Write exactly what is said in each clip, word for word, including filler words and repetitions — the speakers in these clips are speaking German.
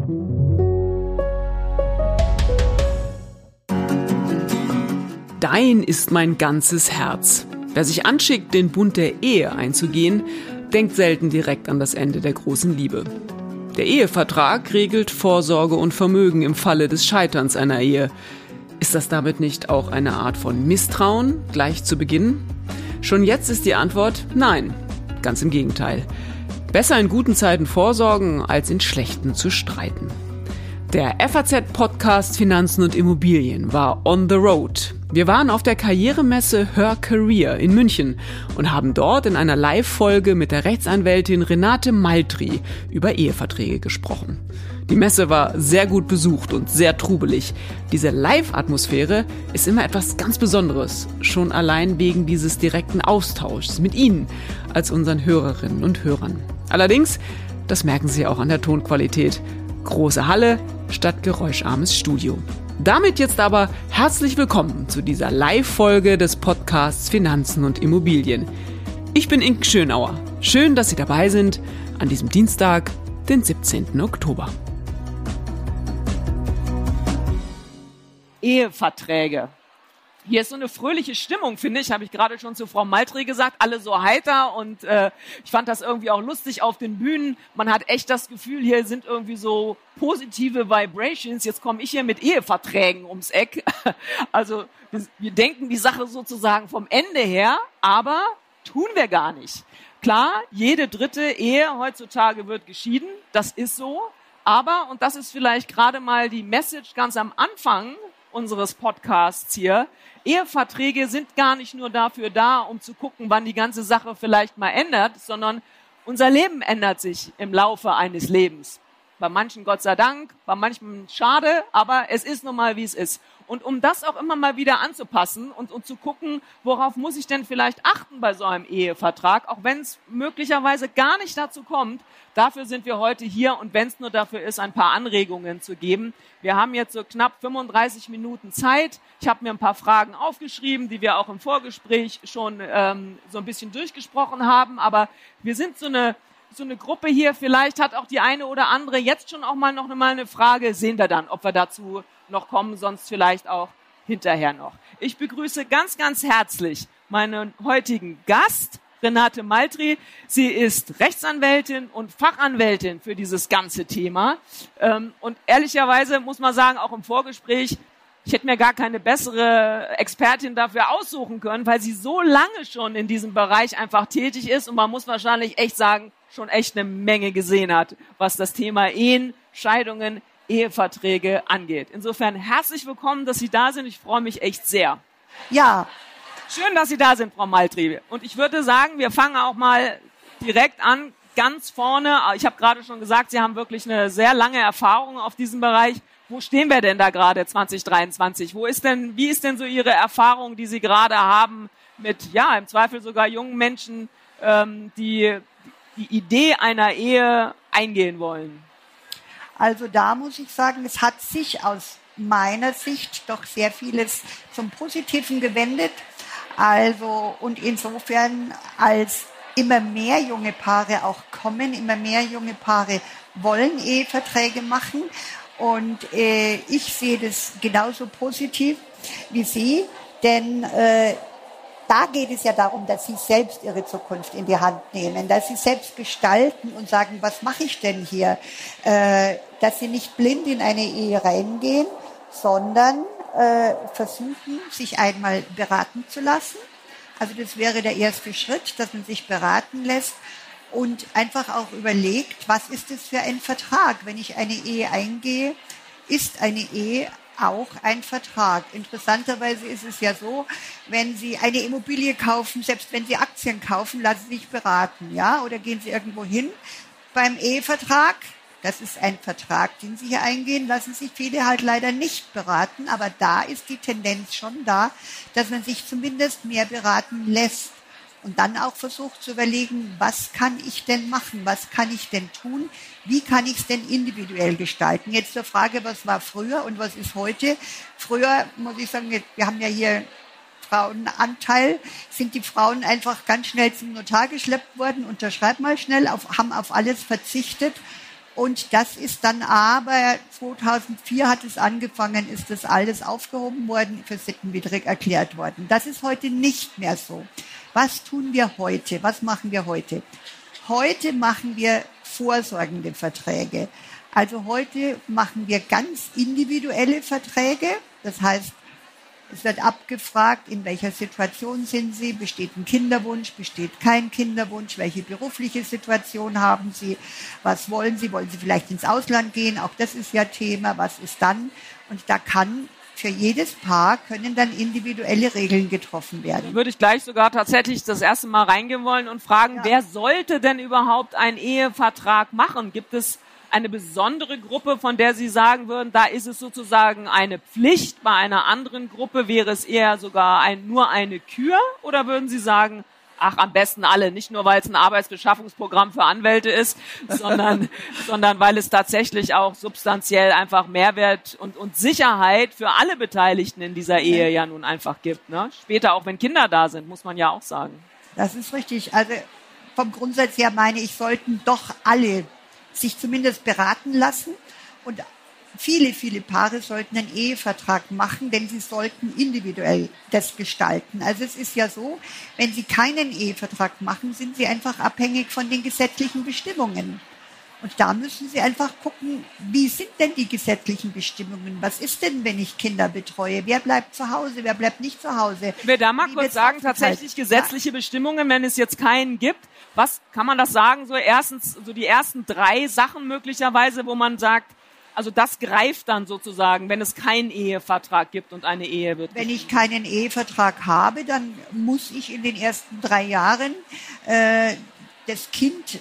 Dein ist mein ganzes Herz. Wer sich anschickt, den Bund der Ehe einzugehen, denkt selten direkt an das Ende der großen Liebe. Der Ehevertrag regelt Vorsorge und Vermögen im Falle des Scheiterns einer Ehe. Ist das damit nicht auch eine Art von Misstrauen gleich zu Beginn? Schon jetzt ist die Antwort nein, ganz im Gegenteil. Besser in guten Zeiten vorsorgen, als in schlechten zu streiten. Der F A Z-Podcast Finanzen und Immobilien war on the road. Wir waren auf der Karrieremesse Her Career in München und haben dort in einer Live-Folge mit der Rechtsanwältin Renate Maltri über Eheverträge gesprochen. Die Messe war sehr gut besucht und sehr trubelig. Diese Live-Atmosphäre ist immer etwas ganz Besonderes, schon allein wegen dieses direkten Austauschs mit Ihnen als unseren Hörerinnen und Hörern. Allerdings, das merken Sie auch an der Tonqualität, große Halle statt geräuscharmes Studio. Damit jetzt aber herzlich willkommen zu dieser Live-Folge des Podcasts Finanzen und Immobilien. Ich bin Inken Schönauer. Schön, dass Sie dabei sind an diesem Dienstag, den siebzehnten Oktober. Eheverträge. Hier ist so eine fröhliche Stimmung, finde ich, habe ich gerade schon zu Frau Maltri gesagt, alle so heiter und äh, ich fand das irgendwie auch lustig auf den Bühnen. Man hat echt das Gefühl, hier sind irgendwie so positive Vibrations. Jetzt komme ich hier mit Eheverträgen ums Eck. Also wir, wir denken die Sache sozusagen vom Ende her, aber tun wir gar nicht. Klar, jede dritte Ehe heutzutage wird geschieden, das ist so, aber, und das ist vielleicht gerade mal die Message ganz am Anfang unseres Podcasts hier, Eheverträge sind gar nicht nur dafür da, um zu gucken, wann die ganze Sache vielleicht mal ändert, sondern unser Leben ändert sich im Laufe eines Lebens. Bei manchen Gott sei Dank, bei manchen schade, aber es ist nun mal, wie es ist. Und um das auch immer mal wieder anzupassen und, und zu gucken, worauf muss ich denn vielleicht achten bei so einem Ehevertrag, auch wenn es möglicherweise gar nicht dazu kommt, dafür sind wir heute hier und wenn es nur dafür ist, ein paar Anregungen zu geben. Wir haben jetzt so knapp fünfunddreißig Minuten Zeit. Ich habe mir ein paar Fragen aufgeschrieben, die wir auch im Vorgespräch schon ähm, so ein bisschen durchgesprochen haben, aber wir sind so eine so eine Gruppe hier, vielleicht hat auch die eine oder andere jetzt schon auch mal noch mal eine Frage, sehen wir dann, ob wir dazu noch kommen, sonst vielleicht auch hinterher noch. Ich begrüße ganz, ganz herzlich meinen heutigen Gast, Renate Maltri. Sie ist Rechtsanwältin und Fachanwältin für dieses ganze Thema. Und ehrlicherweise muss man sagen, auch im Vorgespräch, ich hätte mir gar keine bessere Expertin dafür aussuchen können, weil sie so lange schon in diesem Bereich einfach tätig ist und man muss wahrscheinlich echt sagen, schon echt eine Menge gesehen hat, was das Thema Ehen, Scheidungen, Eheverträge angeht. Insofern herzlich willkommen, dass Sie da sind. Ich freue mich echt sehr. Ja. Schön, dass Sie da sind, Frau Maltri. Und ich würde sagen, wir fangen auch mal direkt an, ganz vorne. Ich habe gerade schon gesagt, Sie haben wirklich eine sehr lange Erfahrung auf diesem Bereich. Wo stehen wir denn da gerade zwanzig dreiundzwanzig? Wo ist denn, wie ist denn so Ihre Erfahrung, die Sie gerade haben mit, ja, im Zweifel sogar jungen Menschen, ähm, die die Idee einer Ehe eingehen wollen? Also da muss ich sagen, es hat sich aus meiner Sicht doch sehr vieles zum Positiven gewendet. Also und insofern, als immer mehr junge Paare auch kommen, immer mehr junge Paare wollen Eheverträge machen. Und äh, ich sehe das genauso positiv wie Sie, denn äh, da geht es ja darum, dass Sie selbst Ihre Zukunft in die Hand nehmen, dass Sie selbst gestalten und sagen, was mache ich denn hier? Äh, dass Sie nicht blind in eine Ehe reingehen, sondern äh, versuchen, sich einmal beraten zu lassen. Also das wäre der erste Schritt, dass man sich beraten lässt und einfach auch überlegt, was ist das für ein Vertrag? Wenn ich eine Ehe eingehe, ist eine Ehe auch ein Vertrag. Interessanterweise ist es ja so, wenn Sie eine Immobilie kaufen, selbst wenn Sie Aktien kaufen, lassen Sie sich beraten, ja, oder gehen Sie irgendwo hin. Beim Ehevertrag, das ist ein Vertrag, den Sie hier eingehen, lassen sich viele halt leider nicht beraten, aber da ist die Tendenz schon da, dass man sich zumindest mehr beraten lässt. Und dann auch versucht zu überlegen, was kann ich denn machen, was kann ich denn tun, wie kann ich es denn individuell gestalten. Jetzt zur Frage, was war früher und was ist heute. Früher, muss ich sagen, wir haben ja hier Frauenanteil, sind die Frauen einfach ganz schnell zum Notar geschleppt worden, unterschreib mal schnell, auf, haben auf alles verzichtet Und das ist dann aber, zweitausendvier hat es angefangen, ist das alles aufgehoben worden, für sittenwidrig erklärt worden. Das ist heute nicht mehr so. Was tun wir heute? Was machen wir heute? Heute machen wir vorsorgende Verträge. Also heute machen wir ganz individuelle Verträge. Das heißt, es wird abgefragt, in welcher Situation sind Sie, besteht ein Kinderwunsch, besteht kein Kinderwunsch, welche berufliche Situation haben Sie, was wollen Sie, wollen Sie vielleicht ins Ausland gehen, auch das ist ja Thema, was ist dann? Und da kann für jedes Paar können dann individuelle Regeln getroffen werden. Da würde ich gleich sogar tatsächlich das erste Mal reingehen wollen und fragen, ja. Wer sollte denn überhaupt einen Ehevertrag machen? Gibt es eine besondere Gruppe, von der Sie sagen würden, da ist es sozusagen eine Pflicht, bei einer anderen Gruppe wäre es eher sogar ein, nur eine Kür? Oder würden Sie sagen, ach, am besten alle, nicht nur, weil es ein Arbeitsbeschaffungsprogramm für Anwälte ist, sondern, sondern weil es tatsächlich auch substanziell einfach Mehrwert und, und Sicherheit für alle Beteiligten in dieser Ehe ja nun einfach gibt, ne? Später auch, wenn Kinder da sind, muss man ja auch sagen. Das ist richtig. Also vom Grundsatz her meine ich, sollten doch alle sich zumindest beraten lassen und viele, viele Paare sollten einen Ehevertrag machen, denn sie sollten individuell das gestalten. Also es ist ja so, wenn sie keinen Ehevertrag machen, sind sie einfach abhängig von den gesetzlichen Bestimmungen. Und da müssen Sie einfach gucken, wie sind denn die gesetzlichen Bestimmungen? Was ist denn, wenn ich Kinder betreue? Wer bleibt zu Hause? Wer bleibt nicht zu Hause? Ich will da mal wie kurz sagen, tatsächlich gesetzliche ja. Bestimmungen, wenn es jetzt keinen gibt. Was kann man das sagen? So erstens, so die ersten drei Sachen möglicherweise, wo man sagt, also das greift dann sozusagen, wenn es keinen Ehevertrag gibt und eine Ehe wird. Wenn ich keinen Ehevertrag habe, dann muss ich in den ersten drei Jahren äh, das Kind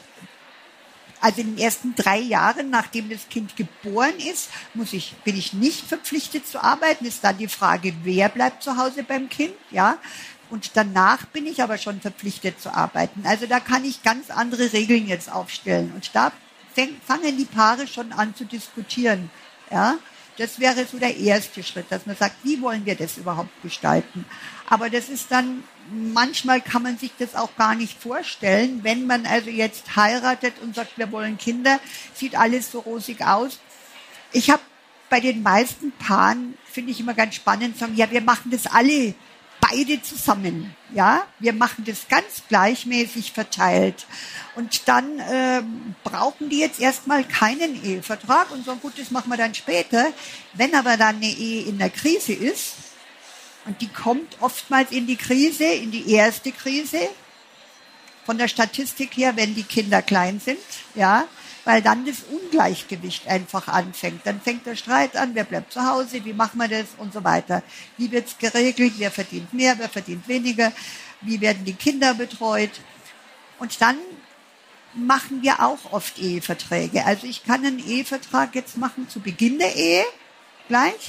Also in den ersten drei Jahren, nachdem das Kind geboren ist, muss ich, bin ich nicht verpflichtet zu arbeiten. Ist dann die Frage, wer bleibt zu Hause beim Kind, ja? Und danach bin ich aber schon verpflichtet zu arbeiten. Also da kann ich ganz andere Regeln jetzt aufstellen. Und da fangen die Paare schon an zu diskutieren, ja? Das wäre so der erste Schritt, dass man sagt, wie wollen wir das überhaupt gestalten? Aber das ist dann, manchmal kann man sich das auch gar nicht vorstellen, wenn man also jetzt heiratet und sagt, wir wollen Kinder, sieht alles so rosig aus. Ich habe bei den meisten Paaren, finde ich immer ganz spannend, sagen, ja, wir machen das alle beide zusammen, ja, wir machen das ganz gleichmäßig verteilt. Und dann äh, brauchen die jetzt erstmal keinen Ehevertrag und sagen, gut, das machen wir dann später. Wenn aber dann eine Ehe in der Krise ist, und die kommt oftmals in die Krise, in die erste Krise, von der Statistik her, wenn die Kinder klein sind, ja, weil dann das Ungleichgewicht einfach anfängt. Dann fängt der Streit an, wer bleibt zu Hause, wie machen wir das und so weiter. Wie wird's geregelt, wer verdient mehr, wer verdient weniger, wie werden die Kinder betreut. Und dann machen wir auch oft Eheverträge. Also ich kann einen Ehevertrag jetzt machen zu Beginn der Ehe, gleich,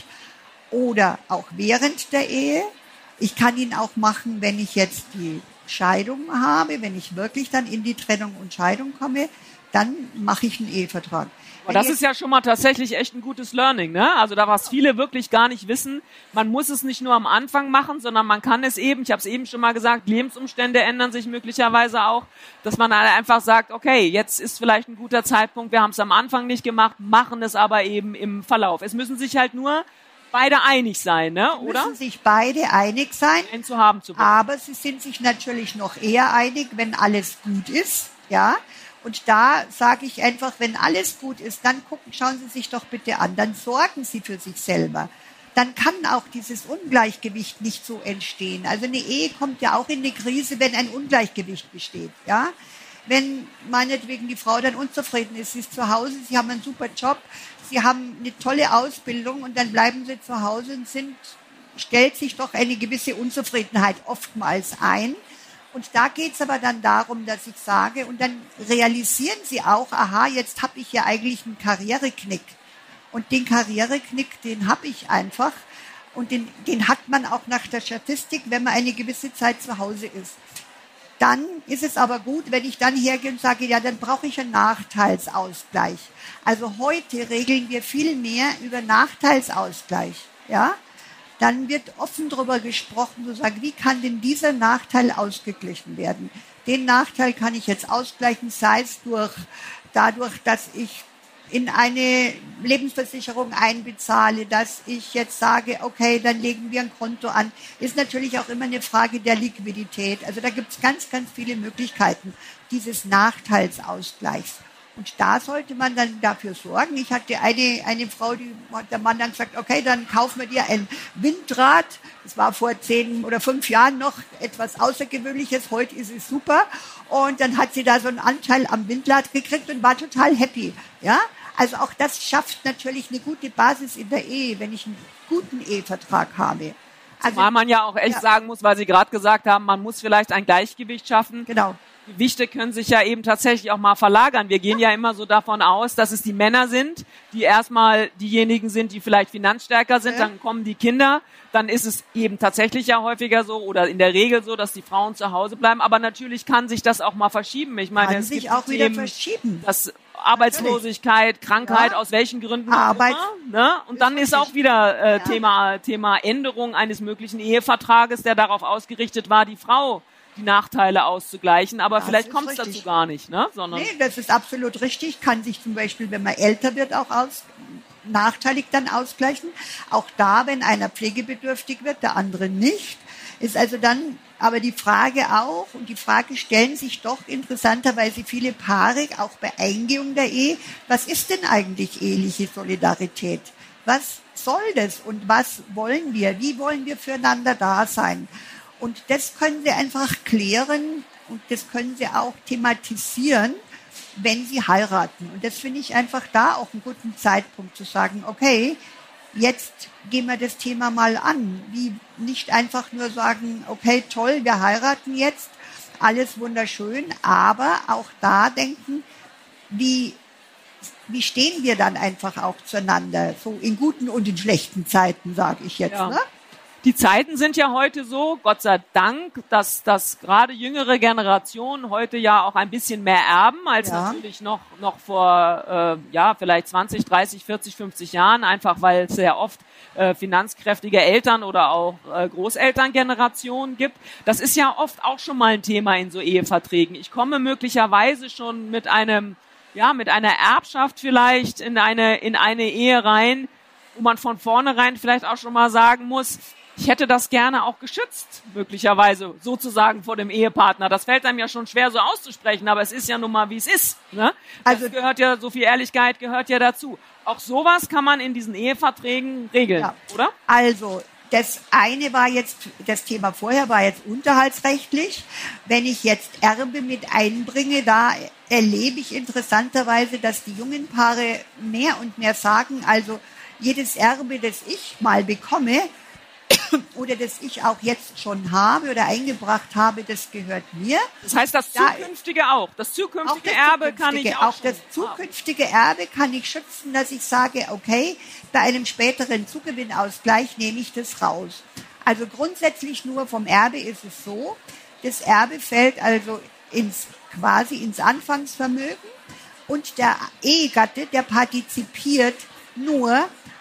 oder auch während der Ehe. Ich kann ihn auch machen, wenn ich jetzt die Scheidung habe, wenn ich wirklich dann in die Trennung und Scheidung komme, dann mache ich einen Ehevertrag. Aber das ist ja schon mal tatsächlich echt ein gutes Learning, ne? Also da, was viele wirklich gar nicht wissen, man muss es nicht nur am Anfang machen, sondern man kann es eben, ich habe es eben schon mal gesagt, Lebensumstände ändern sich möglicherweise auch, dass man einfach sagt, okay, jetzt ist vielleicht ein guter Zeitpunkt, wir haben es am Anfang nicht gemacht, machen es aber eben im Verlauf. Es müssen sich halt nur beide einig sein, ne? Sie Oder? müssen sich beide einig sein, einen zu haben zu aber sie sind sich natürlich noch eher einig, wenn alles gut ist, ja? Und da sage ich einfach, wenn alles gut ist, dann gucken, schauen Sie sich doch bitte an, dann sorgen Sie für sich selber. Dann kann auch dieses Ungleichgewicht nicht so entstehen. Also eine Ehe kommt ja auch in eine Krise, wenn ein Ungleichgewicht besteht, ja? Wenn meinetwegen die Frau dann unzufrieden ist, sie ist zu Hause, sie haben einen super Job, sie haben eine tolle Ausbildung und dann bleiben sie zu Hause und sind, stellt sich doch eine gewisse Unzufriedenheit oftmals ein. Und da geht's aber dann darum, dass ich sage, und dann realisieren sie auch, aha, jetzt habe ich ja eigentlich einen Karriereknick. Und den Karriereknick, den habe ich einfach. Und den, den hat man auch nach der Statistik, wenn man eine gewisse Zeit zu Hause ist. Dann ist es aber gut, wenn ich dann hergehe und sage, ja, dann brauche ich einen Nachteilsausgleich. Also heute regeln wir viel mehr über Nachteilsausgleich, ja? Dann wird offen darüber gesprochen, zu sagen, wie kann denn dieser Nachteil ausgeglichen werden? Den Nachteil kann ich jetzt ausgleichen, sei es durch, dadurch, dass ich in eine Lebensversicherung einbezahle, dass ich jetzt sage, okay, dann legen wir ein Konto an, ist natürlich auch immer eine Frage der Liquidität. Also da gibt es ganz, ganz viele Möglichkeiten dieses Nachteilsausgleichs. Und da sollte man dann dafür sorgen. Ich hatte eine, eine Frau, die hat der Mann dann gesagt, okay, dann kaufen wir dir ein Windrad. Das war vor zehn oder fünf Jahren noch etwas Außergewöhnliches. Heute ist es super. Und dann hat sie da so einen Anteil am Windrad gekriegt und war total happy. Ja, also auch das schafft natürlich eine gute Basis in der Ehe, wenn ich einen guten Ehevertrag habe. Also, weil man ja auch echt ja. sagen muss, weil Sie gerade gesagt haben, man muss vielleicht ein Gleichgewicht schaffen. Genau. Gewichte können sich ja eben tatsächlich auch mal verlagern. Wir gehen ja immer so davon aus, dass es die Männer sind, die erstmal diejenigen sind, die vielleicht finanzstärker sind, dann kommen die Kinder, dann ist es eben tatsächlich ja häufiger so oder in der Regel so, dass die Frauen zu Hause bleiben. Aber natürlich kann sich das auch mal verschieben. Ich meine, kann es sich gibt auch wieder Themen, verschieben. Das Arbeitslosigkeit, Krankheit, ja. aus welchen Gründen auch Arbeit, immer. Ne? Und dann ist auch wieder äh, ja. Thema, Thema Änderung eines möglichen Ehevertrages, der darauf ausgerichtet war, die Frau die Nachteile auszugleichen, aber das vielleicht kommt es dazu gar nicht, ne? Sondern nee, das ist absolut richtig. Kann sich zum Beispiel, wenn man älter wird, auch aus, nachteilig dann ausgleichen. Auch da, wenn einer pflegebedürftig wird, der andere nicht, ist also dann aber die Frage auch, und die Frage stellen sich doch interessanterweise viele Paare, auch bei Eingehung der Ehe, was ist denn eigentlich eheliche Solidarität? Was soll das und was wollen wir? Wie wollen wir füreinander da sein? Und das können Sie einfach klären und das können Sie auch thematisieren, wenn Sie heiraten. Und das finde ich einfach da auch einen guten Zeitpunkt zu sagen, okay, jetzt gehen wir das Thema mal an. Wie nicht einfach nur sagen, okay, toll, wir heiraten jetzt, alles wunderschön, aber auch da denken, wie, wie stehen wir dann einfach auch zueinander, so in guten und in schlechten Zeiten, sage ich jetzt, ja. ne? Die Zeiten sind ja heute so, Gott sei Dank, dass, dass gerade jüngere Generationen heute ja auch ein bisschen mehr erben, als ja. natürlich noch, noch vor, äh, ja, vielleicht zwanzig, dreißig, vierzig, fünfzig Jahren, einfach weil es sehr oft äh, finanzkräftige Eltern oder auch äh, Großelterngenerationen gibt. Das ist ja oft auch schon mal ein Thema in so Eheverträgen. Ich komme möglicherweise schon mit einem, ja, mit einer Erbschaft vielleicht in eine, in eine Ehe rein, wo man von vornherein vielleicht auch schon mal sagen muss, ich hätte das gerne auch geschützt, möglicherweise sozusagen vor dem Ehepartner. Das fällt einem ja schon schwer so auszusprechen, aber es ist ja nun mal, wie es ist. Ne? Das also gehört ja, so viel Ehrlichkeit gehört ja dazu. Auch sowas kann man in diesen Eheverträgen regeln, ja. oder? Also das eine war jetzt, das Thema vorher war jetzt unterhaltsrechtlich. Wenn ich jetzt Erbe mit einbringe, da erlebe ich interessanterweise, dass die jungen Paare mehr und mehr sagen, also jedes Erbe, das ich mal bekomme, oder das ich auch jetzt schon habe oder eingebracht habe, das gehört mir. Das heißt, das zukünftige da, auch. Das zukünftige auch das Erbe zukünftige, kann ich auch Auch das zukünftige Erbe kann ich schützen, dass ich sage, okay, bei einem späteren Zugewinnausgleich nehme ich das raus. Also grundsätzlich nur vom Erbe ist es so, das Erbe fällt also ins, quasi ins Anfangsvermögen und der Ehegatte, der partizipiert nur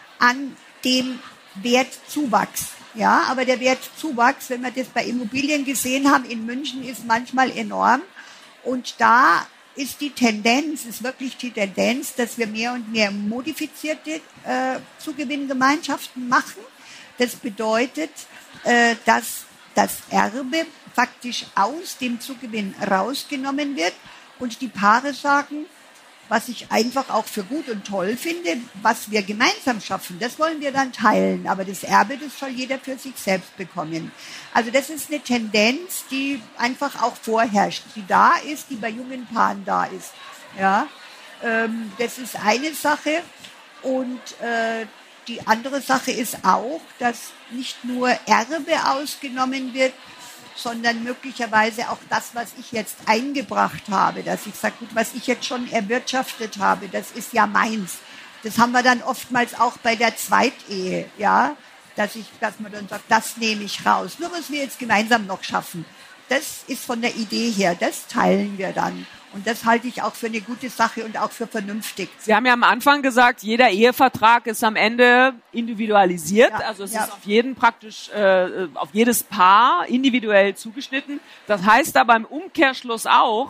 an dem Wertzuwachs. Ja, aber der Wertzuwachs, wenn wir das bei Immobilien gesehen haben, in München ist manchmal enorm. Und da ist die Tendenz, ist wirklich die Tendenz, dass wir mehr und mehr modifizierte äh, Zugewinngemeinschaften machen. Das bedeutet, äh, dass das Erbe faktisch aus dem Zugewinn rausgenommen wird und die Paare sagen, was ich einfach auch für gut und toll finde, was wir gemeinsam schaffen, das wollen wir dann teilen. Aber das Erbe, das soll jeder für sich selbst bekommen. Also das ist eine Tendenz, die einfach auch vorherrscht, die da ist, die bei jungen Paaren da ist. Ja, ähm, das ist eine Sache. Und äh, die andere Sache ist auch, dass nicht nur Erbe ausgenommen wird, sondern möglicherweise auch das, was ich jetzt eingebracht habe, dass ich sage, gut, was ich jetzt schon erwirtschaftet habe, das ist ja meins. Das haben wir dann oftmals auch bei der Zweitehe, ja, dass ich, dass man dann sagt, das nehme ich raus. Nur was wir jetzt gemeinsam noch schaffen. Das ist von der Idee her, das teilen wir dann. Und das halte ich auch für eine gute Sache und auch für vernünftig. Sie haben ja am Anfang gesagt, jeder Ehevertrag ist am Ende individualisiert. Ja, also es ja. ist auf jeden praktisch, äh, auf jedes Paar individuell zugeschnitten. Das heißt aber im Umkehrschluss auch,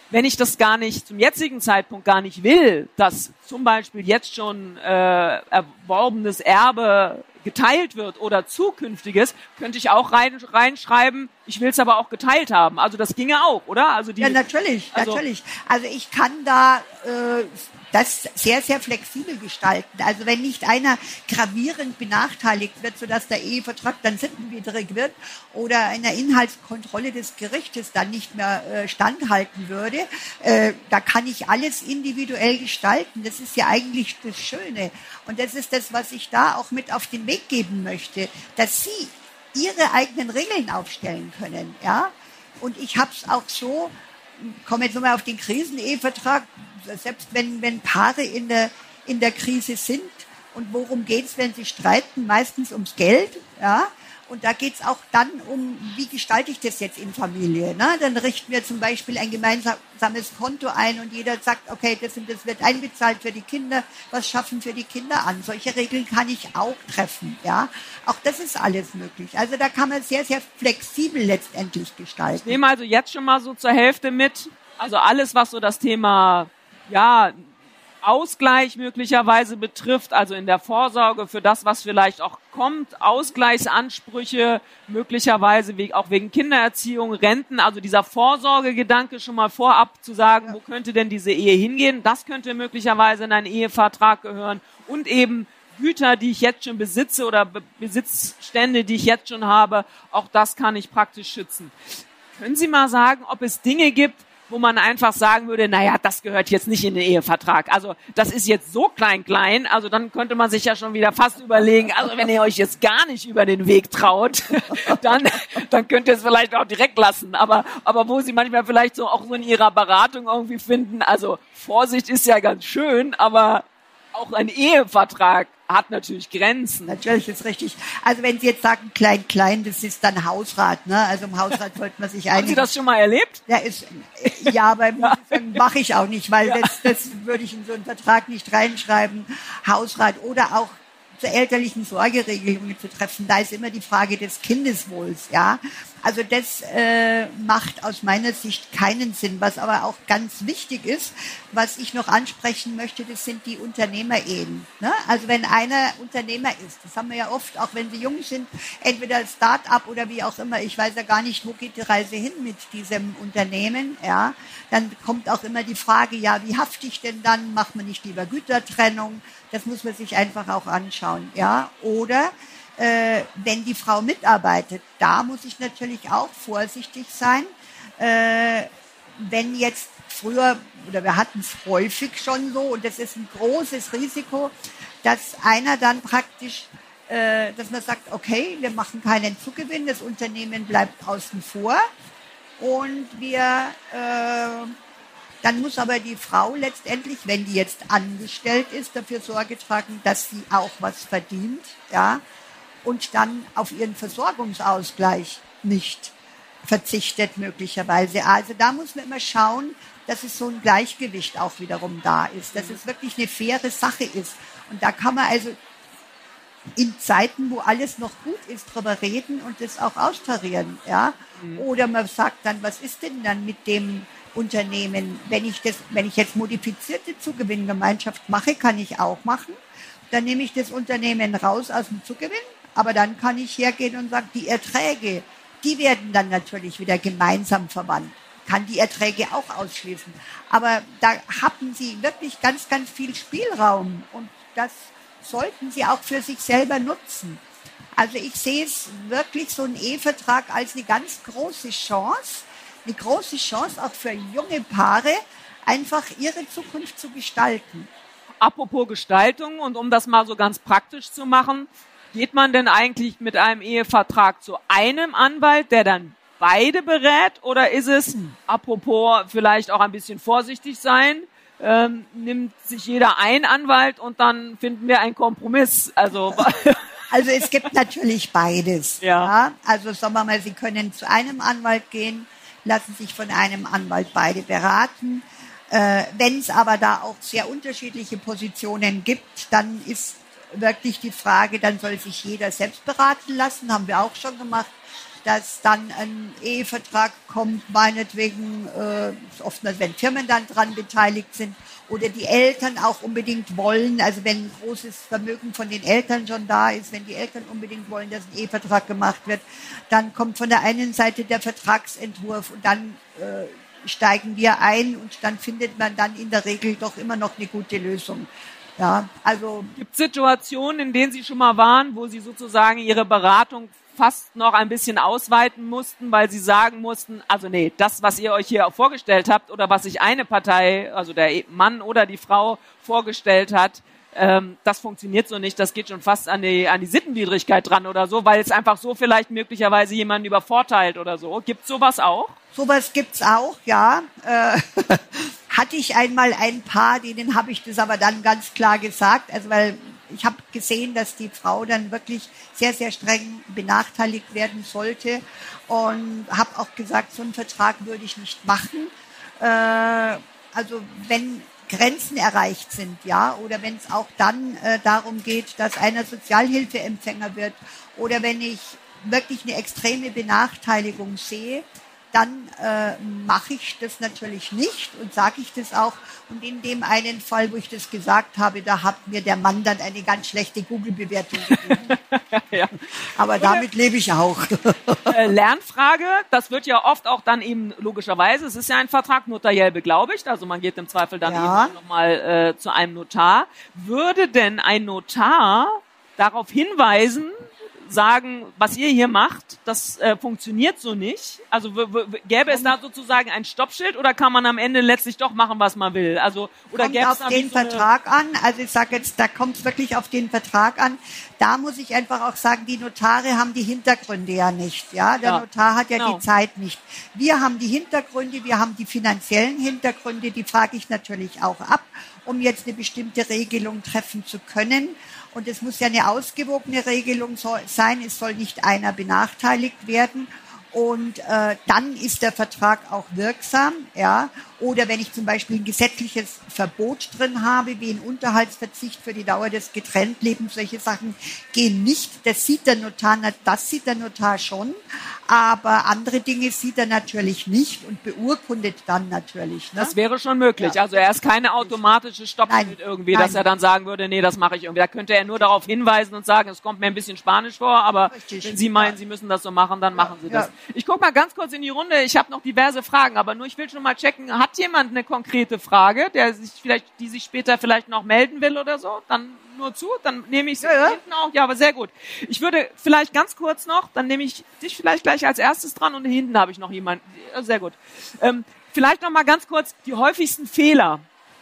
wenn ich das gar nicht, zum jetzigen Zeitpunkt gar nicht will, dass zum Beispiel jetzt schon äh, erworbenes Erbe geteilt wird oder zukünftiges, könnte ich auch rein, reinschreiben, ich will es aber auch geteilt haben. Also das ginge auch, oder? Also die, ja, natürlich, also, natürlich. Also ich kann da äh, das sehr, sehr flexibel gestalten. Also wenn nicht einer gravierend benachteiligt wird, sodass der Ehevertrag dann sittenwidrig wird oder einer Inhaltskontrolle des Gerichtes dann nicht mehr äh, standhalten würde, äh, da kann ich alles individuell gestalten. Das ist ja eigentlich das Schöne. Und das ist das, was ich da auch mit auf den Weg geben möchte, dass Sie Ihre eigenen Regeln aufstellen können, ja. Und ich habe es auch so, komme jetzt nochmal auf den Krisenehevertrag, selbst wenn, wenn Paare in der, in der Krise sind, und worum geht's, wenn sie streiten? Meistens ums Geld, ja. Und da geht's auch dann um, wie gestalte ich das jetzt in Familie? Ne? Dann richten wir zum Beispiel ein gemeinsames Konto ein und jeder sagt, okay, das und das wird einbezahlt für die Kinder, was schaffen für die Kinder an? Solche Regeln kann ich auch treffen. Ja, auch das ist alles möglich. Also da kann man sehr, sehr flexibel letztendlich gestalten. Ich nehme also jetzt schon mal so zur Hälfte mit, also alles, was so das Thema, ja, Ausgleich möglicherweise betrifft, also in der Vorsorge für das, was vielleicht auch kommt, Ausgleichsansprüche, möglicherweise auch wegen Kindererziehung, Renten, also dieser Vorsorgegedanke schon mal vorab zu sagen, ja, wo könnte denn diese Ehe hingehen, das könnte möglicherweise in einen Ehevertrag gehören und eben Güter, die ich jetzt schon besitze oder Be- Besitzstände, die ich jetzt schon habe, auch das kann ich praktisch schützen. Können Sie mal sagen, ob es Dinge gibt, wo man einfach sagen würde, naja, das gehört jetzt nicht in den Ehevertrag. Also das ist jetzt so klein, klein, also dann könnte man sich ja schon wieder fast überlegen, also wenn ihr euch jetzt gar nicht über den Weg traut, dann, dann könnt ihr es vielleicht auch direkt lassen. Aber, aber wo Sie manchmal vielleicht so auch so in Ihrer Beratung irgendwie finden, also Vorsicht ist ja ganz schön, aber auch ein Ehevertrag hat natürlich Grenzen. Natürlich ist richtig. Also wenn Sie jetzt sagen klein, klein, das ist dann Hausrat, ne? Also im Hausrat sollte man sich einigen. Haben Sie das schon mal erlebt? Ja, ist, ja, aber mache ich auch nicht, weil ja. das, das würde ich in so einen Vertrag nicht reinschreiben. Hausrat oder auch zur elterlichen Sorgeregelungen zu treffen. Da ist immer die Frage des Kindeswohls, ja. Also das äh, macht aus meiner Sicht keinen Sinn. Was aber auch ganz wichtig ist, was ich noch ansprechen möchte, das sind die Unternehmerehen. Ne? Also wenn einer Unternehmer ist, das haben wir ja oft, auch wenn sie jung sind, entweder als Start-up oder wie auch immer, ich weiß ja gar nicht, wo geht die Reise hin mit diesem Unternehmen, ja, dann kommt auch immer die Frage, ja, wie hafte ich denn dann? Macht man nicht lieber Gütertrennung? Das muss man sich einfach auch anschauen, ja. Oder Äh, wenn die Frau mitarbeitet, da muss ich natürlich auch vorsichtig sein. Äh, wenn jetzt früher, oder wir hatten es häufig schon so, und das ist ein großes Risiko, dass einer dann praktisch, äh, dass man sagt, okay, wir machen keinen Zugewinn, das Unternehmen bleibt außen vor und wir, äh, dann muss aber die Frau letztendlich, wenn die jetzt angestellt ist, dafür Sorge tragen, dass sie auch was verdient, ja, und dann auf ihren Versorgungsausgleich nicht verzichtet möglicherweise. Also da muss man immer schauen, dass es so ein Gleichgewicht auch wiederum da ist, dass es wirklich eine faire Sache ist. Und da kann man also in Zeiten, wo alles noch gut ist, drüber reden und das auch austarieren. Ja? Mhm. Oder man sagt dann, was ist denn dann mit dem Unternehmen, wenn ich das, wenn ich jetzt modifizierte Zugewinngemeinschaft mache, kann ich auch machen. Dann nehme ich das Unternehmen raus aus dem Zugewinn. Aber dann kann ich hergehen und sagen, die Erträge, die werden dann natürlich wieder gemeinsam verwandt. Kann die Erträge auch ausschließen. Aber da haben Sie wirklich ganz, ganz viel Spielraum. Und das sollten Sie auch für sich selber nutzen. Also ich sehe es wirklich so einen Ehevertrag als eine ganz große Chance. Eine große Chance auch für junge Paare, einfach ihre Zukunft zu gestalten. Apropos Gestaltung, und um das mal so ganz praktisch zu machen, geht man denn eigentlich mit einem Ehevertrag zu einem Anwalt, der dann beide berät, oder ist es, apropos vielleicht auch ein bisschen vorsichtig sein, ähm, nimmt sich jeder einen Anwalt und dann finden wir einen Kompromiss? Also, also es gibt natürlich beides. Ja. Ja. Also sagen wir mal, Sie können zu einem Anwalt gehen, lassen sich von einem Anwalt beide beraten. Äh, wenn es aber da auch sehr unterschiedliche Positionen gibt, dann ist wirklich die Frage, dann soll sich jeder selbst beraten lassen, haben wir auch schon gemacht. dass dann ein Ehevertrag kommt, meinetwegen, äh, oft, wenn Firmen dann dran beteiligt sind oder die Eltern auch unbedingt wollen, also wenn ein großes Vermögen von den Eltern schon da ist, wenn die Eltern unbedingt wollen, dass ein Ehevertrag gemacht wird, dann kommt von der einen Seite der Vertragsentwurf und dann äh, steigen wir ein und dann findet man dann in der Regel doch immer noch eine gute Lösung. Ja, also gibt es Situationen, in denen Sie schon mal waren, wo Sie sozusagen Ihre Beratung fast noch ein bisschen ausweiten mussten, weil Sie sagen mussten, also nee, das, was ihr euch hier vorgestellt habt oder was sich eine Partei, also der Mann oder die Frau vorgestellt hat, ähm, das funktioniert so nicht, das geht schon fast an die, an die Sittenwidrigkeit dran oder so, weil es einfach so vielleicht möglicherweise jemanden übervorteilt oder so. Gibt's sowas auch? Sowas gibt's auch, ja. Äh, hatte ich einmal ein Paar, denen habe ich das aber dann ganz klar gesagt, also weil ich habe gesehen, dass die Frau dann wirklich sehr, sehr streng benachteiligt werden sollte und habe auch gesagt, so einen Vertrag würde ich nicht machen. Äh, also wenn Grenzen erreicht sind, ja, oder wenn es auch dann äh, darum geht, dass einer Sozialhilfeempfänger wird oder wenn ich wirklich eine extreme Benachteiligung sehe, dann äh, mache ich das natürlich nicht und sage ich das auch. Und in dem einen Fall, wo ich das gesagt habe, da hat mir der Mann dann eine ganz schlechte Google-Bewertung gegeben. Ja. Aber damit lebe ich auch. Äh, Lernfrage, das wird ja oft auch dann eben logischerweise, es ist ja ein Vertrag notariell beglaubigt, also man geht im Zweifel dann ja. eben nochmal äh, zu einem Notar. Würde denn ein Notar darauf hinweisen, sagen, was ihr hier macht, das äh, funktioniert so nicht? Also w- w- gäbe es da sozusagen ein Stoppschild oder kann man am Ende letztlich doch machen, was man will? Also oder kommt gäbe auf es den so Vertrag an. Also ich sage jetzt, da kommt es wirklich auf den Vertrag an. Da muss ich einfach auch sagen, die Notare haben die Hintergründe ja nicht. Ja, der ja. Notar hat ja genau. die Zeit nicht. Wir haben die Hintergründe, wir haben die finanziellen Hintergründe. Die frage ich natürlich auch ab, um jetzt eine bestimmte Regelung treffen zu können. Und es muss ja eine ausgewogene Regelung sein. Es soll nicht einer benachteiligt werden. Und äh, dann ist der Vertrag auch wirksam. Ja. Oder wenn ich zum Beispiel ein gesetzliches Verbot drin habe, wie ein Unterhaltsverzicht für die Dauer des Getrenntlebens, solche Sachen gehen nicht. Das sieht der Notar, das sieht der Notar schon. Aber andere Dinge sieht er natürlich nicht und beurkundet dann natürlich. Ne? Das wäre schon möglich. Ja. Also er ist keine automatische Stoppschild irgendwie, nein. dass er dann sagen würde, nee, das mache ich irgendwie. Da könnte er nur darauf hinweisen und sagen, es kommt mir ein bisschen Spanisch vor, aber richtig. Wenn Sie meinen, ja. Sie müssen das so machen, dann ja. machen Sie das. Ja. Ich gucke mal ganz kurz in die Runde. Ich habe noch diverse Fragen, aber nur ich will schon mal checken, hat jemand eine konkrete Frage, der sich vielleicht, die sich später vielleicht noch melden will oder so? Dann nur zu, dann nehme ich sie ja, ja. hinten auch. Ja, aber sehr gut. Ich würde vielleicht ganz kurz noch, dann nehme ich dich vielleicht gleich als erstes dran und hinten habe ich noch jemanden. Sehr gut. Ähm, vielleicht noch mal ganz kurz die häufigsten Fehler.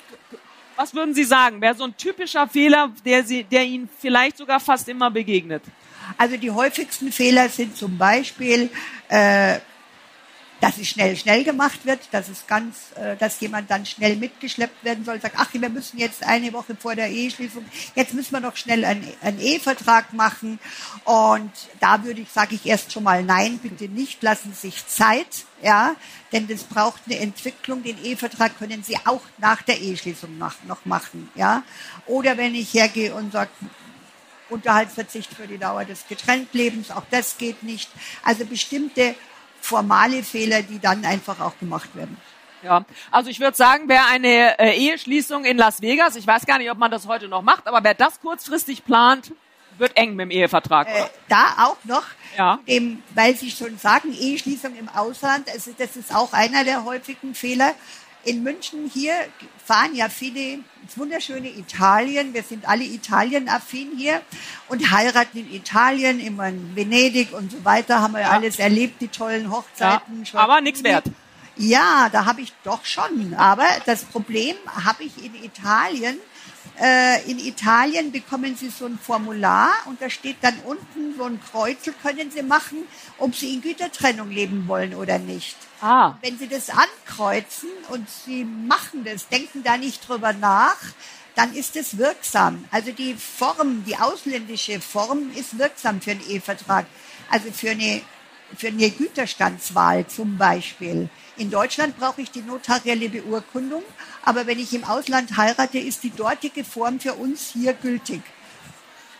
Was würden Sie sagen? Wäre so ein typischer Fehler, der, Sie, der Ihnen vielleicht sogar fast immer begegnet? Also die häufigsten Fehler sind zum Beispiel, äh, dass es schnell, schnell gemacht wird, dass es ganz, äh, dass jemand dann schnell mitgeschleppt werden soll, sagt, ach, wir müssen jetzt eine Woche vor der Eheschließung, jetzt müssen wir noch schnell einen, einen Ehevertrag machen. Und da würde ich, sage ich erst schon mal, nein, bitte nicht, lassen Sie sich Zeit, ja, denn das braucht eine Entwicklung. Den Ehevertrag können Sie auch nach der Eheschließung noch, noch machen, ja. Oder wenn ich hergehe und sage, Unterhaltsverzicht für die Dauer des Getrenntlebens, auch das geht nicht. Also bestimmte formale Fehler, die dann einfach auch gemacht werden. Ja, also ich würde sagen, wer eine äh, Eheschließung in Las Vegas, ich weiß gar nicht, ob man das heute noch macht, aber wer das kurzfristig plant, wird eng mit dem Ehevertrag. Äh, da auch noch, ja. dem, weil Sie schon sagen, Eheschließung im Ausland, also das ist auch einer der häufigen Fehler. In München hier fahren ja viele ins wunderschöne Italien. Wir sind alle Italien-affin hier und heiraten in Italien, immer in Venedig und so weiter. Haben wir ja alles erlebt, die tollen Hochzeiten. Ja, aber nichts wert. Ja, da habe ich doch schon. Aber das Problem habe ich in Italien. Äh, in Italien bekommen Sie so ein Formular und da steht dann unten so ein Kreuzel, können Sie machen, ob Sie in Gütertrennung leben wollen oder nicht. Ah. Wenn Sie das ankreuzen und Sie machen das, denken da nicht drüber nach, dann ist es wirksam. Also die Form, die ausländische Form ist wirksam für einen Ehevertrag. Also für eine, für eine Güterstandswahl zum Beispiel. In Deutschland brauche ich die notarielle Beurkundung, aber wenn ich im Ausland heirate, ist die dortige Form für uns hier gültig.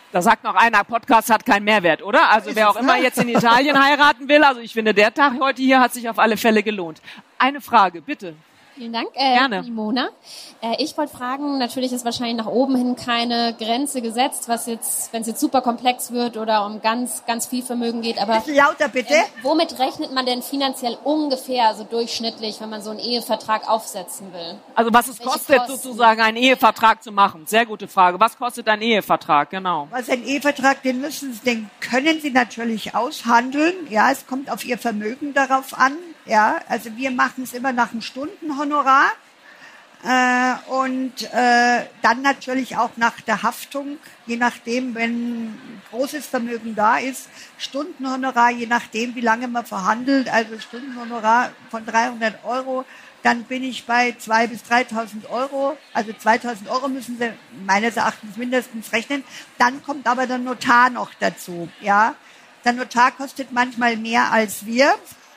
Da sagt noch einer, Podcast hat keinen Mehrwert, oder? Also wer auch immer jetzt in Italien heiraten will, also ich finde, der Tag heute hier hat sich auf alle Fälle gelohnt. Eine Frage, bitte. Vielen Dank, äh, Gerne. Nimona. Äh, ich wollte fragen, natürlich ist wahrscheinlich nach oben hin keine Grenze gesetzt, was jetzt, wenn es jetzt super komplex wird oder um ganz, ganz viel Vermögen geht, aber... Bisschen lauter, bitte. Äh, womit rechnet man denn finanziell ungefähr, so durchschnittlich, wenn man so einen Ehevertrag aufsetzen will? Also was es Welche kostet, Kosten? sozusagen einen Ehevertrag zu machen. Sehr gute Frage. Was kostet ein Ehevertrag? Genau. Was ein Ehevertrag, den müssen Sie, den können Sie natürlich aushandeln. Ja, es kommt auf Ihr Vermögen darauf an. Ja, also wir machen es immer nach einem Stundenhonorar äh, und äh, dann natürlich auch nach der Haftung, je nachdem, wenn großes Vermögen da ist, Stundenhonorar, je nachdem, wie lange man verhandelt, also Stundenhonorar von dreihundert Euro, dann bin ich bei zweitausend bis dreitausend Euro, also zweitausend Euro müssen Sie meines Erachtens mindestens rechnen. Dann kommt aber der Notar noch dazu, ja. Der Notar kostet manchmal mehr als wir.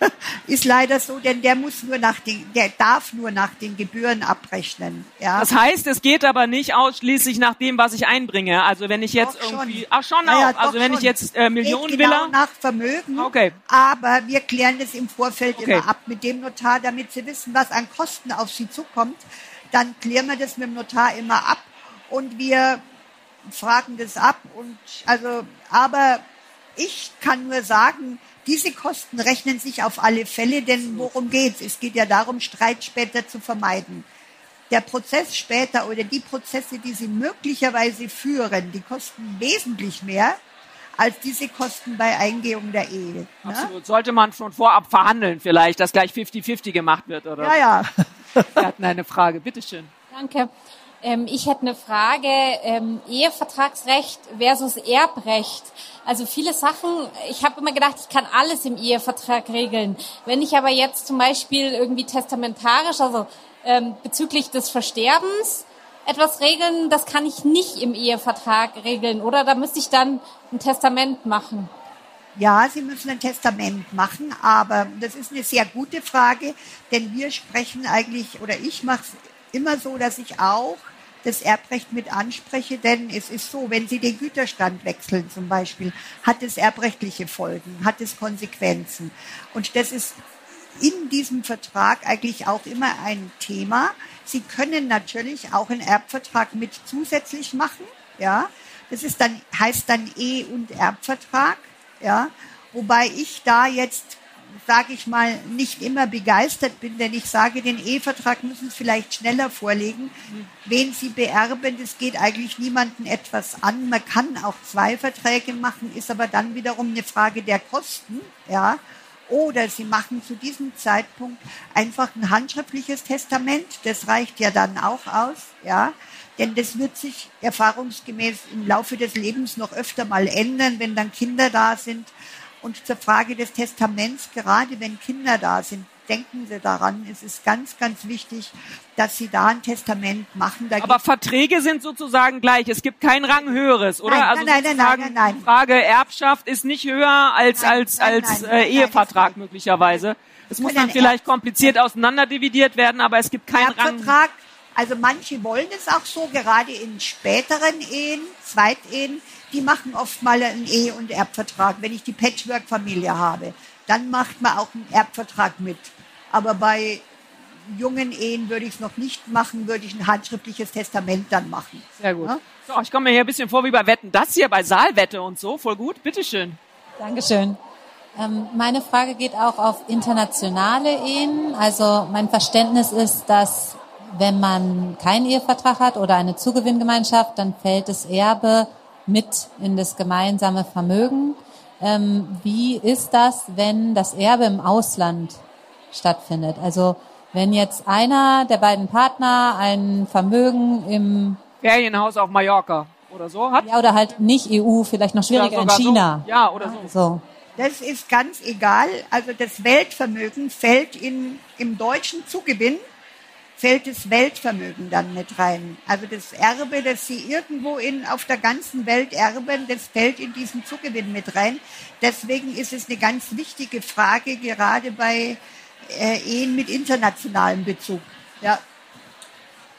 Ist leider so, denn der muss nur nach den, der darf nur nach den Gebühren abrechnen. Ja. Das heißt, es geht aber nicht ausschließlich nach dem, was ich einbringe. Also wenn ich jetzt Doch irgendwie, schon. ach schon Ja, ja, auch. Also doch wenn schon. ich jetzt äh, Millionen Geht genau will. nach Vermögen. Okay. Aber wir klären das im Vorfeld Okay. immer ab mit dem Notar, damit Sie wissen, was an Kosten auf Sie zukommt. Dann klären wir das mit dem Notar immer ab und wir fragen das ab. Und also, aber ich kann nur sagen, diese Kosten rechnen sich auf alle Fälle, denn worum geht's? Es geht ja darum, Streit später zu vermeiden. Der Prozess später oder die Prozesse, die Sie möglicherweise führen, die kosten wesentlich mehr als diese Kosten bei Eingehung der Ehe. Ne? Absolut. Sollte man schon vorab verhandeln vielleicht, dass gleich fünfzig fünfzig gemacht wird, oder? Ja, ja. Wir hatten eine Frage. Bitteschön. Danke. Ähm, ich hätte eine Frage, ähm, Ehevertragsrecht versus Erbrecht. Also viele Sachen, ich habe immer gedacht, ich kann alles im Ehevertrag regeln. Wenn ich aber jetzt zum Beispiel irgendwie testamentarisch, also ähm, bezüglich des Versterbens etwas regeln, das kann ich nicht im Ehevertrag regeln, oder? Da müsste ich dann ein Testament machen. Ja, Sie müssen ein Testament machen, aber das ist eine sehr gute Frage, denn wir sprechen eigentlich, oder ich mache es immer so, dass ich auch das Erbrecht mit anspreche, denn es ist so, wenn Sie den Güterstand wechseln zum Beispiel, hat es erbrechtliche Folgen, hat es Konsequenzen. Und das ist in diesem Vertrag eigentlich auch immer ein Thema. Sie können natürlich auch einen Erbvertrag mit zusätzlich machen, ja. Das ist dann, heißt dann Ehe- und Erbvertrag, ja. Wobei ich da jetzt, sage ich mal, nicht immer begeistert bin, denn ich sage, den Ehevertrag müssen Sie vielleicht schneller vorlegen. Wen Sie beerben, das geht eigentlich niemandem etwas an. Man kann auch zwei Verträge machen, ist aber dann wiederum eine Frage der Kosten, ja. Oder Sie machen zu diesem Zeitpunkt einfach ein handschriftliches Testament. Das reicht ja dann auch aus, ja. Denn das wird sich erfahrungsgemäß im Laufe des Lebens noch öfter mal ändern, wenn dann Kinder da sind. Und zur Frage des Testaments, gerade wenn Kinder da sind, denken Sie daran, es ist ganz, ganz wichtig, dass Sie da ein Testament machen. Da Aber Verträge sind sozusagen gleich. Es gibt kein Rang höheres, oder? Nein, also nein, nein, nein, nein, nein. Die Frage Erbschaft ist nicht höher als Nein, als nein, als nein, äh, nein, Ehevertrag nein, möglicherweise. Es muss können dann vielleicht kompliziert auseinanderdividiert werden, aber es gibt keinen Rang. Erbvertrag, also manche wollen es auch so, gerade in späteren Ehen, Zweitehen, die machen oft mal einen Ehe- und Erbvertrag. Wenn ich die Patchwork-Familie habe, dann macht man auch einen Erbvertrag mit. Aber bei jungen Ehen würde ich es noch nicht machen, würde ich ein handschriftliches Testament dann machen. Sehr gut. Ja? So, ich komme mir hier ein bisschen vor wie bei Wetten. Das hier bei Saalwette und so, voll gut. Bitteschön. Dankeschön. Ähm, meine Frage geht auch auf internationale Ehen. Also mein Verständnis ist, dass wenn man keinen Ehevertrag hat oder eine Zugewinngemeinschaft, dann fällt das Erbe mit in das gemeinsame Vermögen. Ähm, wie ist das, wenn das Erbe im Ausland stattfindet? Also wenn jetzt einer der beiden Partner ein Vermögen im Ferienhaus auf Mallorca oder so hat. ja oder halt nicht E U, vielleicht noch schwieriger in sogar China. So. Ja, oder so. So. Das ist ganz egal. Also das Weltvermögen fällt in, im deutschen Zugewinn, fällt das Weltvermögen dann mit rein. Also das Erbe, das Sie irgendwo in, auf der ganzen Welt erben, das fällt in diesen Zugewinn mit rein. Deswegen ist es eine ganz wichtige Frage, gerade bei äh, Ehen mit internationalem Bezug. Ja.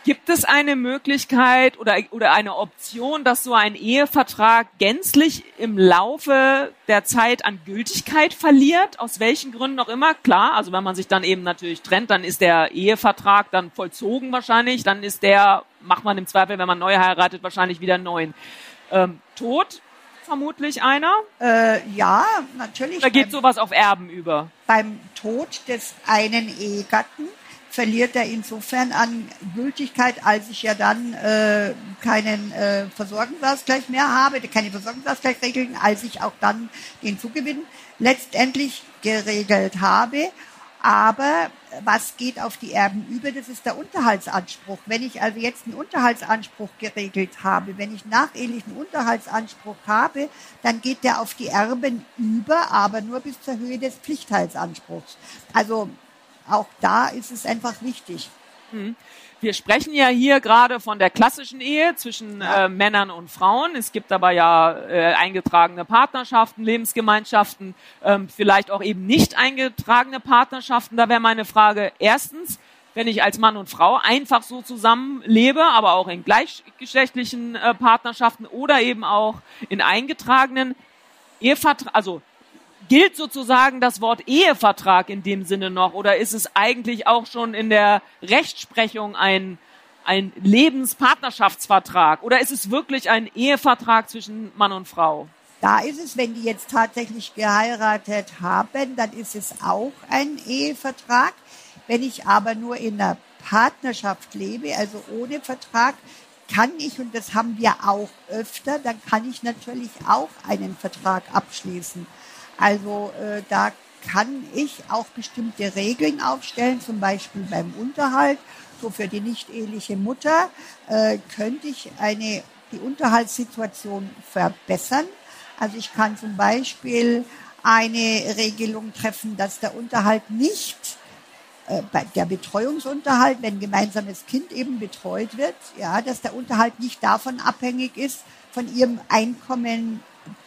Gibt es eine Möglichkeit oder, oder eine Option, dass so ein Ehevertrag gänzlich im Laufe der Zeit an Gültigkeit verliert? Aus welchen Gründen auch immer? Klar, also wenn man sich dann eben natürlich trennt, dann ist der Ehevertrag dann vollzogen wahrscheinlich. Dann ist der, macht man im Zweifel, wenn man neu heiratet, wahrscheinlich wieder neuen. Ähm, Tod vermutlich einer? Äh, ja, natürlich. Oder geht sowas auf Erben über? Beim Tod des einen Ehegatten verliert er insofern an Gültigkeit, als ich ja dann äh, keinen äh, Versorgungsausgleich mehr habe, keine Versorgungsausgleichsregeln, als ich auch dann den Zugewinn letztendlich geregelt habe. Aber was geht auf die Erben über? Das ist der Unterhaltsanspruch. Wenn ich also jetzt einen Unterhaltsanspruch geregelt habe, wenn ich nachehelichen Unterhaltsanspruch habe, dann geht der auf die Erben über, aber nur bis zur Höhe des Pflichtteilsanspruchs. Also auch da ist es einfach wichtig. Wir sprechen ja hier gerade von der klassischen Ehe zwischen ja. äh, Männern und Frauen. Es gibt aber ja äh, eingetragene Partnerschaften, Lebensgemeinschaften, ähm, vielleicht auch eben nicht eingetragene Partnerschaften. Da wäre meine Frage, erstens, wenn ich als Mann und Frau einfach so zusammenlebe, aber auch in gleichgeschlechtlichen äh, Partnerschaften oder eben auch in eingetragenen Eheverträgen, also gilt sozusagen das Wort Ehevertrag in dem Sinne noch oder ist es eigentlich auch schon in der Rechtsprechung ein, ein Lebenspartnerschaftsvertrag oder ist es wirklich ein Ehevertrag zwischen Mann und Frau? Da ist es, wenn die jetzt tatsächlich geheiratet haben, dann ist es auch ein Ehevertrag. Wenn ich aber nur in einer Partnerschaft lebe, also ohne Vertrag, kann ich, und das haben wir auch öfter, dann kann ich natürlich auch einen Vertrag abschließen. Also äh, da kann ich auch bestimmte Regeln aufstellen, zum Beispiel beim Unterhalt. So für die nicht-eheliche Mutter äh, könnte ich eine, die Unterhaltssituation verbessern. Also ich kann zum Beispiel eine Regelung treffen, dass der Unterhalt nicht, äh, der Betreuungsunterhalt, wenn ein gemeinsames Kind eben betreut wird, ja, dass der Unterhalt nicht davon abhängig ist, von ihrem Einkommen,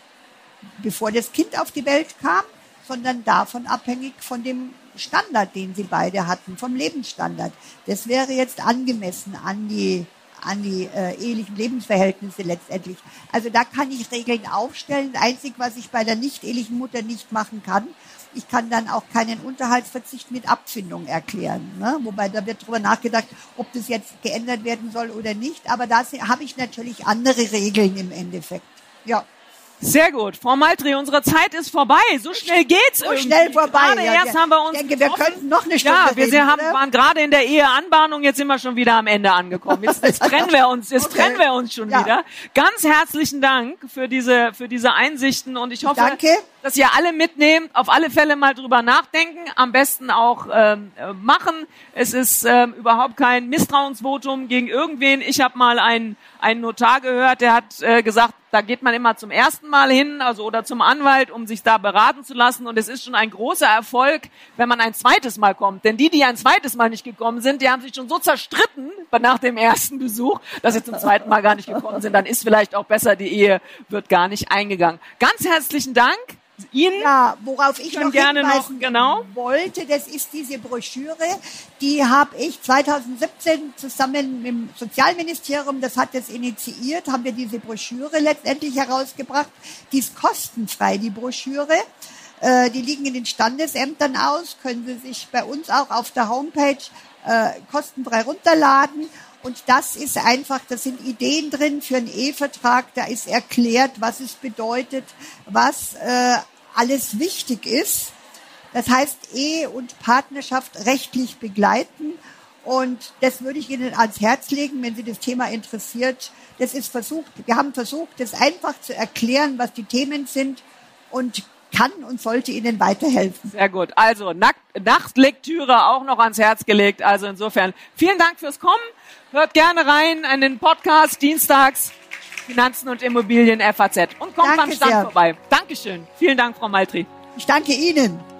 bevor das Kind auf die Welt kam, sondern davon abhängig von dem Standard, den sie beide hatten, vom Lebensstandard. Das wäre jetzt angemessen an die, an die äh, ehelichen Lebensverhältnisse letztendlich. Also da kann ich Regeln aufstellen. Einzig, was ich bei der nicht-ehelichen Mutter nicht machen kann, ich kann dann auch keinen Unterhaltsverzicht mit Abfindung erklären. Ne? Wobei da wird drüber nachgedacht, ob das jetzt geändert werden soll oder nicht. Aber da habe ich natürlich andere Regeln im Endeffekt. Ja. Sehr gut. Frau Maltri, unsere Zeit ist vorbei. So schnell geht's so irgendwie. schnell vorbei. Gerade ja, erst ja. haben wir uns Ich denke, wir könnten noch eine Stunde Ja, wir reden, haben, oder? waren gerade in der Eheanbahnung, jetzt sind wir schon wieder am Ende angekommen. Jetzt, jetzt trennen wir uns, jetzt okay. trennen wir uns schon ja. wieder. Ganz herzlichen Dank für diese, für diese Einsichten und ich hoffe, Danke. dass ihr alle mitnehmt, auf alle Fälle mal drüber nachdenken, am besten auch ähm, machen. Es ist ähm, überhaupt kein Misstrauensvotum gegen irgendwen. Ich habe mal einen, einen Notar gehört, der hat äh, gesagt, da geht man immer zum ersten Mal hin, also oder zum Anwalt, um sich da beraten zu lassen. Und es ist schon ein großer Erfolg, wenn man ein zweites Mal kommt. Denn die, die ein zweites Mal nicht gekommen sind, die haben sich schon so zerstritten nach dem ersten Besuch, dass sie zum zweiten Mal gar nicht gekommen sind. Dann ist vielleicht auch besser, die Ehe wird gar nicht eingegangen. Ganz herzlichen Dank. Ihnen ja, worauf ich noch gerne hinweisen noch, genau. wollte, das ist diese Broschüre, die habe ich zweitausendsiebzehn zusammen mit dem Sozialministerium, das hat das initiiert, haben wir diese Broschüre letztendlich herausgebracht. Die ist kostenfrei, die Broschüre. Äh, die liegen in den Standesämtern aus, können Sie sich bei uns auch auf der Homepage äh, kostenfrei runterladen. Und das ist einfach, das sind Ideen drin für einen Ehevertrag, da ist erklärt, was es bedeutet, was äh, alles wichtig ist. Das heißt, Ehe und Partnerschaft rechtlich begleiten. Und das würde ich Ihnen ans Herz legen, wenn Sie das Thema interessiert. Das ist versucht, wir haben versucht, das einfach zu erklären, was die Themen sind und kann und sollte Ihnen weiterhelfen. Sehr gut. Also Nacht- Nachtlektüre auch noch ans Herz gelegt. Also insofern vielen Dank fürs Kommen. Hört gerne rein in den Podcast dienstags Finanzen und Immobilien F A Z und kommt Danke beim Stand sehr. vorbei. Dankeschön. Vielen Dank, Frau Maltri. Ich danke Ihnen.